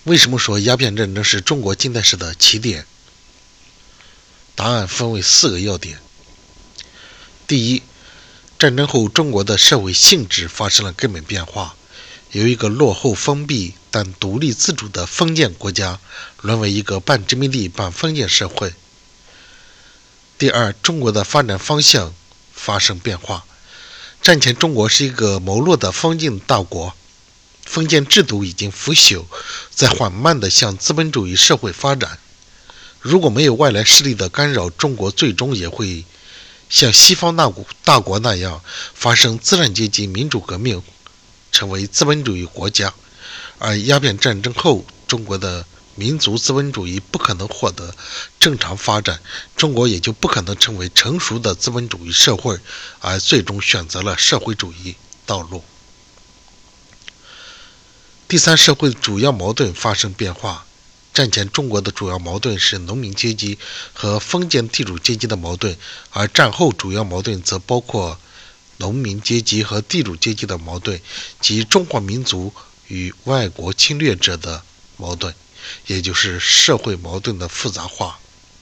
为什么说鸦片战争是中国近代史的起点？答案分为4个要点。第一，战争后中国的社会性质发生了根本变化，由一个落后封闭但独立自主的封建国家沦为一个半殖民地半封建社会。第二，中国的发展方向发生变化。战前中国是一个没落的封建大国，封建制度已经腐朽，在缓慢地向资本主义社会发展。如果没有外来势力的干扰，中国最终也会像西方大国那样发生资产阶级民主革命，成为资本主义国家。而鸦片战争后，中国的民族资本主义不可能获得正常发展，中国也就不可能成为成熟的资本主义社会，而最终选择了社会主义道路。第三，社会的主要矛盾发生变化。战前中国的主要矛盾是农民阶级和封建地主阶级的矛盾，而战后主要矛盾则包括农民阶级和地主阶级的矛盾，及中华民族与外国侵略者的矛盾，也就是社会矛盾的复杂化。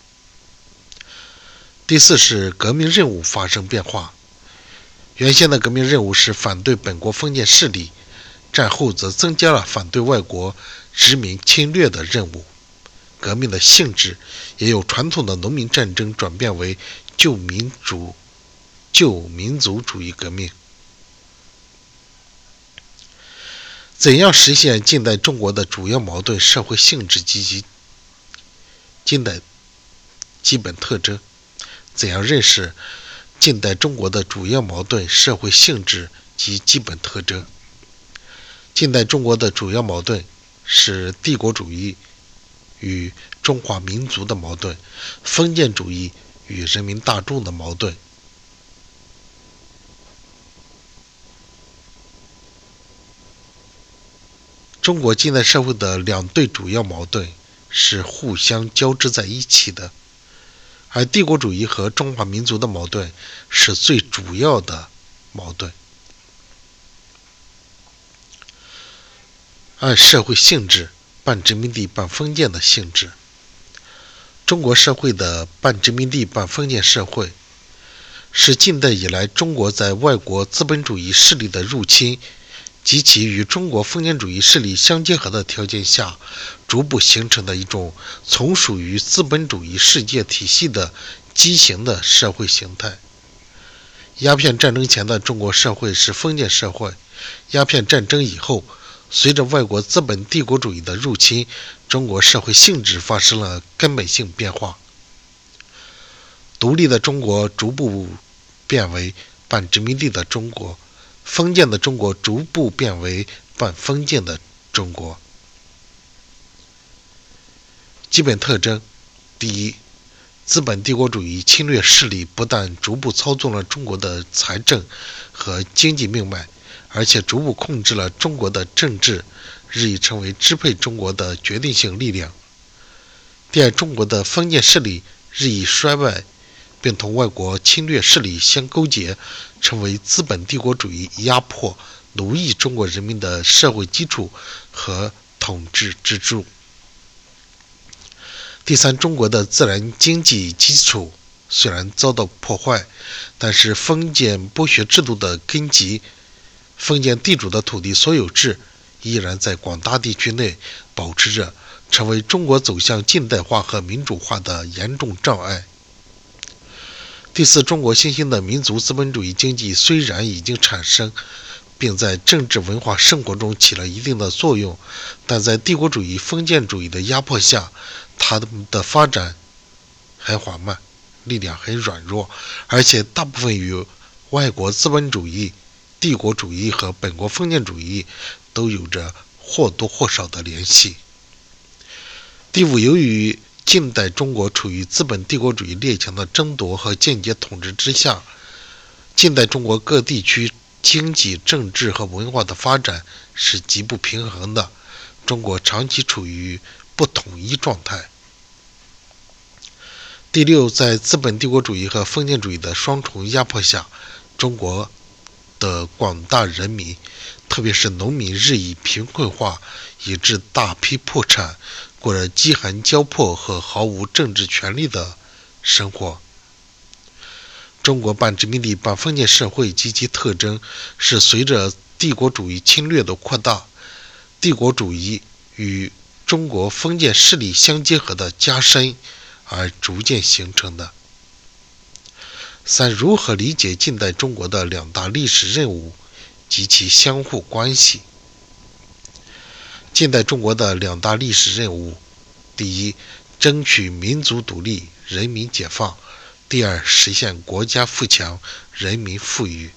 第四是革命任务发生变化。原先的革命任务是反对本国封建势力，战后则增加了反对外国殖民侵略的任务。革命的性质也由传统的农民战争转变为旧民族主义革命。怎样实现近代中国的主要矛盾社会性质及其近代基本特征？怎样认识近代中国的主要矛盾社会性质及基本特征？近代中国的主要矛盾是帝国主义与中华民族的矛盾，封建主义与人民大众的矛盾。中国近代社会的2对主要矛盾是互相交织在一起的，而帝国主义和中华民族的矛盾是最主要的矛盾。按社会性质，半殖民地半封建的性质。中国社会的半殖民地半封建社会，是近代以来中国在外国资本主义势力的入侵及其与中国封建主义势力相结合的条件下，逐步形成的一种从属于资本主义世界体系的畸形的社会形态。鸦片战争前的中国社会是封建社会，鸦片战争以后，随着外国资本帝国主义的入侵，中国社会性质发生了根本性变化。独立的中国逐步变为半殖民地的中国，封建的中国逐步变为半封建的中国。基本特征：第一，资本帝国主义侵略势力不但逐步操纵了中国的财政和经济命脉，而且逐步控制了中国的政治，日益成为支配中国的决定性力量。第二，中国的封建势力日益衰败，并同外国侵略势力相勾结，成为资本帝国主义压迫、奴役中国人民的社会基础和统治支柱。第三，中国的自然经济基础虽然遭到破坏，但是封建剥削制度的根基，封建地主的土地所有制依然在广大地区内保持着，成为中国走向近代化和民主化的严重障碍。第四，中国新兴的民族资本主义经济虽然已经产生，并在政治文化生活中起了一定的作用，但在帝国主义封建主义的压迫下，它的发展很缓慢，力量很软弱，而且大部分与外国资本主义、帝国主义和本国封建主义都有着或多或少的联系。第五，由于近代中国处于资本帝国主义列强的争夺和间接统治之下，近代中国各地区经济、政治和文化的发展是极不平衡的，中国长期处于不统一状态。第六，在资本帝国主义和封建主义的双重压迫下，中国的广大人民， 特别是农民日益贫困化，以致大批破产，过着饥寒交迫和毫无政治权利的生活。中国半殖民地半封建社会及其特征是随着帝国主义侵略的扩大，帝国主义与中国封建势力相结合的加深而逐渐形成的。三、如何理解近代中国的两大历史任务及其相互关系？近代中国的两大历史任务：第一，争取民族独立、人民解放；第二，实现国家富强、人民富裕。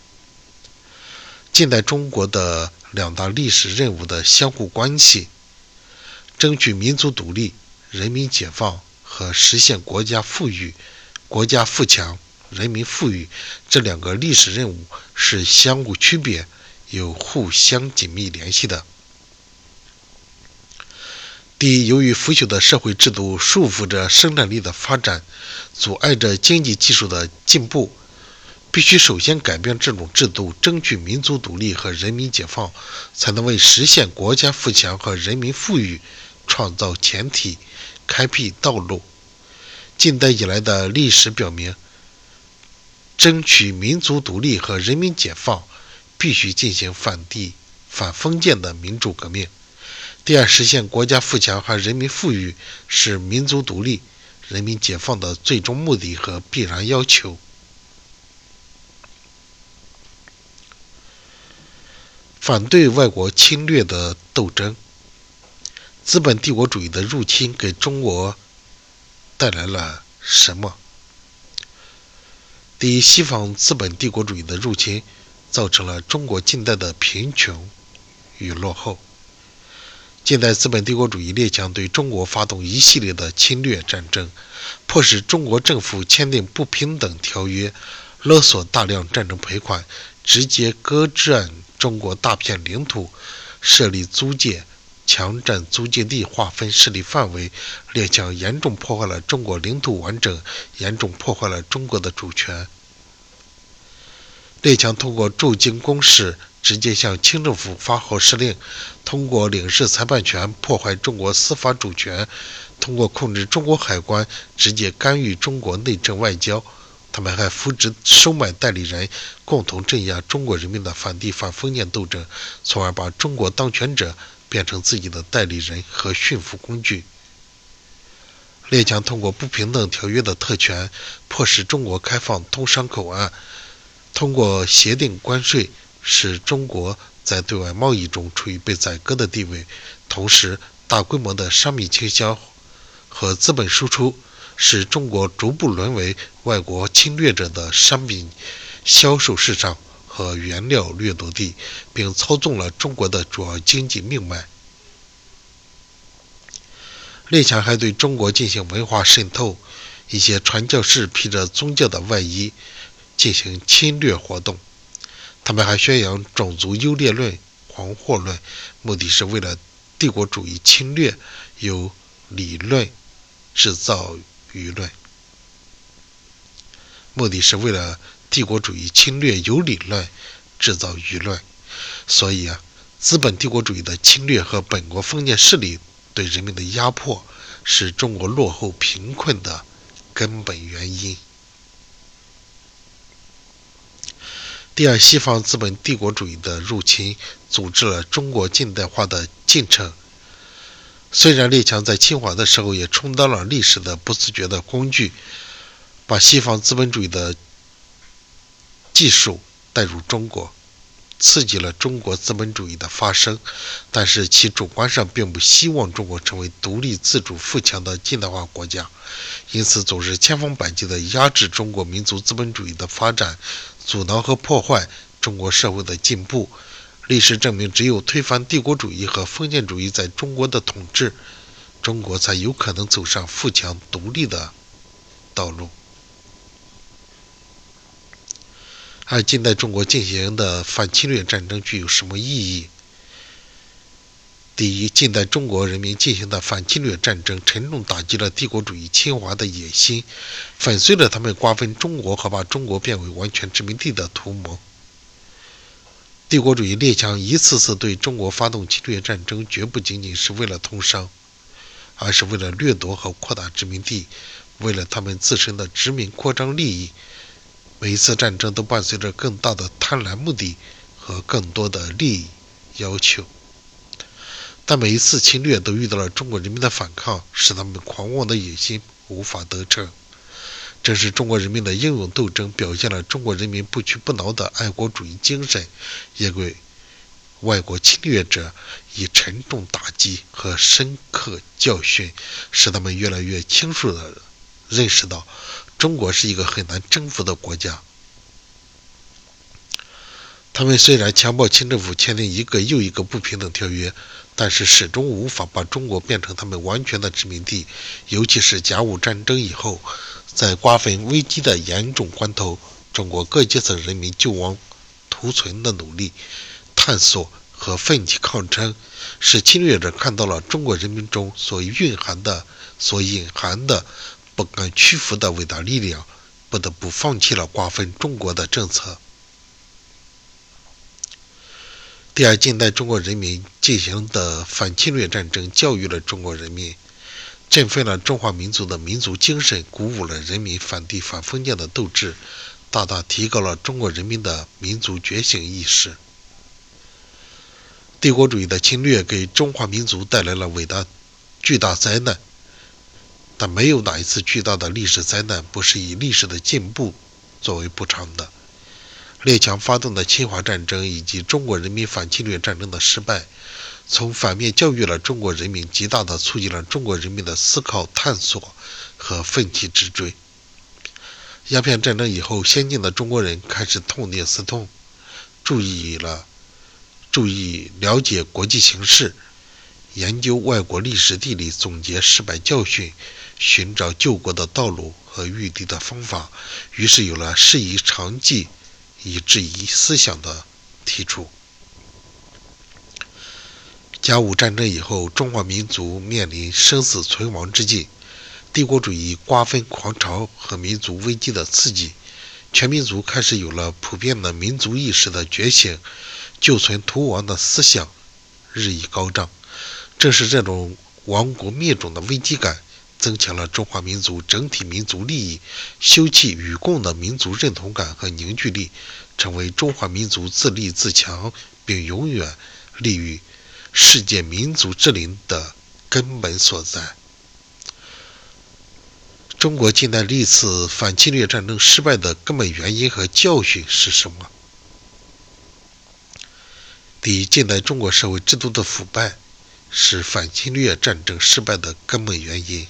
近代中国的两大历史任务的相互关系：争取民族独立、人民解放和实现国家富裕、国家富强、人民富裕这两个历史任务是相互区别，有互相紧密联系的。第一，由于腐朽的社会制度束缚着生产力的发展，阻碍着经济技术的进步，必须首先改变这种制度，争取民族独立和人民解放，才能为实现国家富强和人民富裕创造前提，开辟道路。近代以来的历史表明，争取民族独立和人民解放必须进行反封建的民主革命。第二，实现国家富强和人民富裕是民族独立、人民解放的最终目的和必然要求。反对外国侵略的斗争。资本帝国主义的入侵给中国带来了什么？第一，西方资本帝国主义的入侵造成了中国近代的贫穷与落后。近代资本帝国主义列强对中国发动一系列的侵略战争，迫使中国政府签订不平等条约，勒索大量战争赔款，直接割占中国大片领土，设立租界，强占租界地，划分势力范围。列强严重破坏了中国领土完整，严重破坏了中国的主权。列强通过驻京公使直接向清政府发号施令，通过领事裁判权破坏中国司法主权，通过控制中国海关直接干预中国内政外交。他们还扶植收买代理人，共同镇压中国人民的反帝反封建斗争，从而把中国当权者变成自己的代理人和驯服工具。列强通过不平等条约的特权，迫使中国开放通商口岸，通过协定关税，使中国在对外贸易中处于被宰割的地位。同时，大规模的商品倾销和资本输出，使中国逐步沦为外国侵略者的商品销售市场和原料掠夺地，并操纵了中国的主要经济命脉。列强还对中国进行文化渗透，一些传教士披着宗教的外衣进行侵略活动。他们还宣扬种族优劣论、黄祸论，目的是为了帝国主义侵略，有理论制造舆论。目的是为了帝国主义侵略有理论制造舆论。所以资本帝国主义的侵略和本国封建势力对人民的压迫，是中国落后贫困的根本原因。第二，西方资本帝国主义的入侵阻滞了中国近代化的进程。虽然列强在侵华的时候也充当了历史的不自觉的工具，把西方资本主义的技术带入中国，刺激了中国资本主义的发生，但是其主观上并不希望中国成为独立自主富强的近代化国家，因此总是千方百计地压制中国民族资本主义的发展，阻挠和破坏中国社会的进步。历史证明，只有推翻帝国主义和封建主义在中国的统治，中国才有可能走上富强独立的道路。而近代中国进行的反侵略战争具有什么意义？第一，近代中国人民进行的反侵略战争沉重打击了帝国主义侵华的野心，粉碎了他们瓜分中国和把中国变为完全殖民地的图谋。 帝国主义列强一次次对中国发动侵略战争，绝不仅仅是为了通商，而是为了掠夺和扩大殖民地，为了他们自身的殖民扩张利益。每一次战争都伴随着更大的贪婪目的和更多的利益要求，但每一次侵略都遇到了中国人民的反抗，使他们狂妄的野心无法得逞。正是中国人民的英勇斗争，表现了中国人民不屈不挠的爱国主义精神，也给外国侵略者以沉重打击和深刻教训，使他们越来越清楚地认识到，中国是一个很难征服的国家。他们虽然强迫清政府签订一个又一个不平等条约，但是始终无法把中国变成他们完全的殖民地。尤其是甲午战争以后，在瓜分危机的严重关头，中国各阶层人民救亡图存的努力、探索和奋起抗争，使侵略者看到了中国人民中所隐含的不敢屈服的伟大力量，不得不放弃了瓜分中国的政策。第二，近代中国人民进行的反侵略战争教育了中国人民，振奋了中华民族的民族精神，鼓舞了人民反帝反封建的斗志，大大提高了中国人民的民族觉醒意识。帝国主义的侵略给中华民族带来了巨大灾难，但没有哪一次巨大的历史灾难不是以历史的进步作为补偿的。列强发动的侵华战争以及中国人民反侵略战争的失败，从反面教育了中国人民，极大地促进了中国人民的思考、探索和奋起直追。鸦片战争以后，先进的中国人开始痛定思痛，注意了解国际形势，研究外国历史地理，总结失败教训，寻找救国的道路和御敌的方法，于是有了师夷长技以制夷思想的提出。甲午战争以后，中华民族面临生死存亡之际，帝国主义瓜分狂潮和民族危机的刺激，全民族开始有了普遍的民族意识的觉醒，救存图亡的思想日益高涨。正是这种亡国灭种的危机感，增强了中华民族整体民族利益、休戚与共的民族认同感和凝聚力，成为中华民族自立自强并永远立于世界民族之林的根本所在。中国近代历次反侵略战争失败的根本原因和教训是什么？第一，近代中国社会制度的腐败是反侵略战争失败的根本原因。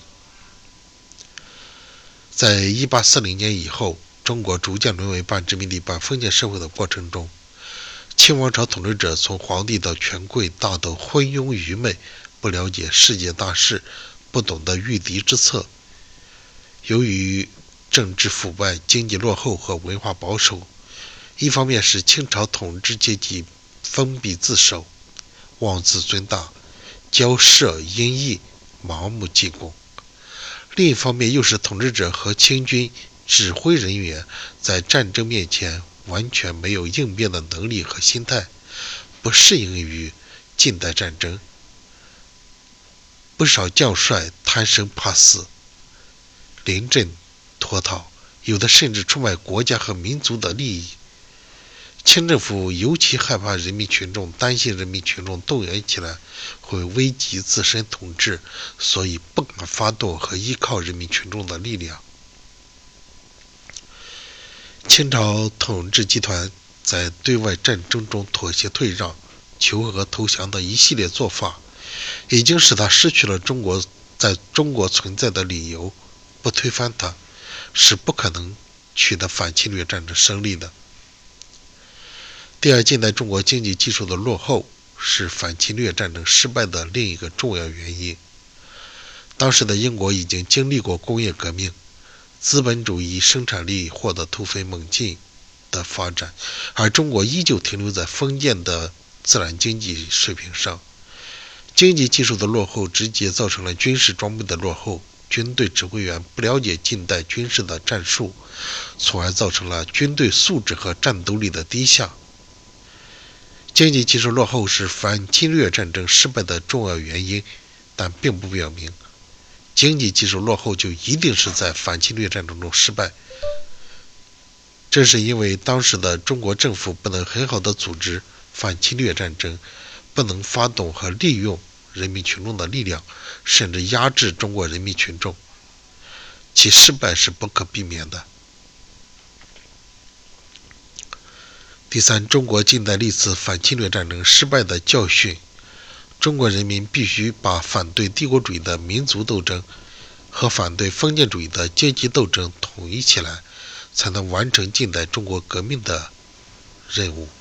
在1840年以后，中国逐渐沦为半殖民地半封建社会的过程中，清王朝统治者从皇帝到权贵大都昏庸愚昧，不了解世界大势，不懂得御敌之策。由于政治腐败、经济落后和文化保守，一方面是清朝统治阶级封闭自守、妄自尊大、骄奢淫逸、盲目进攻；另一方面又是统治者和清军指挥人员在战争面前完全没有应变的能力和心态，不适应于近代战争。不少将帅贪生怕死，临阵脱逃，有的甚至出卖国家和民族的利益。清政府尤其害怕人民群众，担心人民群众动员起来会危及自身统治，所以不敢发动和依靠人民群众的力量。清朝统治集团在对外战争中妥协退让、求和投降的一系列做法，已经使他失去了在中国存在的理由，不推翻它，是不可能取得反侵略战争胜利的。第二，近代中国经济技术的落后是反侵略战争失败的另一个重要原因。当时的英国已经经历过工业革命，资本主义生产力获得突飞猛进的发展，而中国依旧停留在封建的自然经济水平上。经济技术的落后直接造成了军事装备的落后，军队指挥员不了解近代军事的战术，从而造成了军队素质和战斗力的低下。 经济技术落后是反侵略战争失败的重要原因，但并不表明经济技术落后就一定是在反侵略战争中失败。正是因为当时的中国政府不能很好的组织反侵略战争，不能发动和利用人民群众的力量，甚至压制中国人民群众，其失败是不可避免的。第三，中国近代历次反侵略战争失败的教训，中国人民必须把反对帝国主义的民族斗争和反对封建主义的阶级斗争统一起来，才能完成近代中国革命的任务。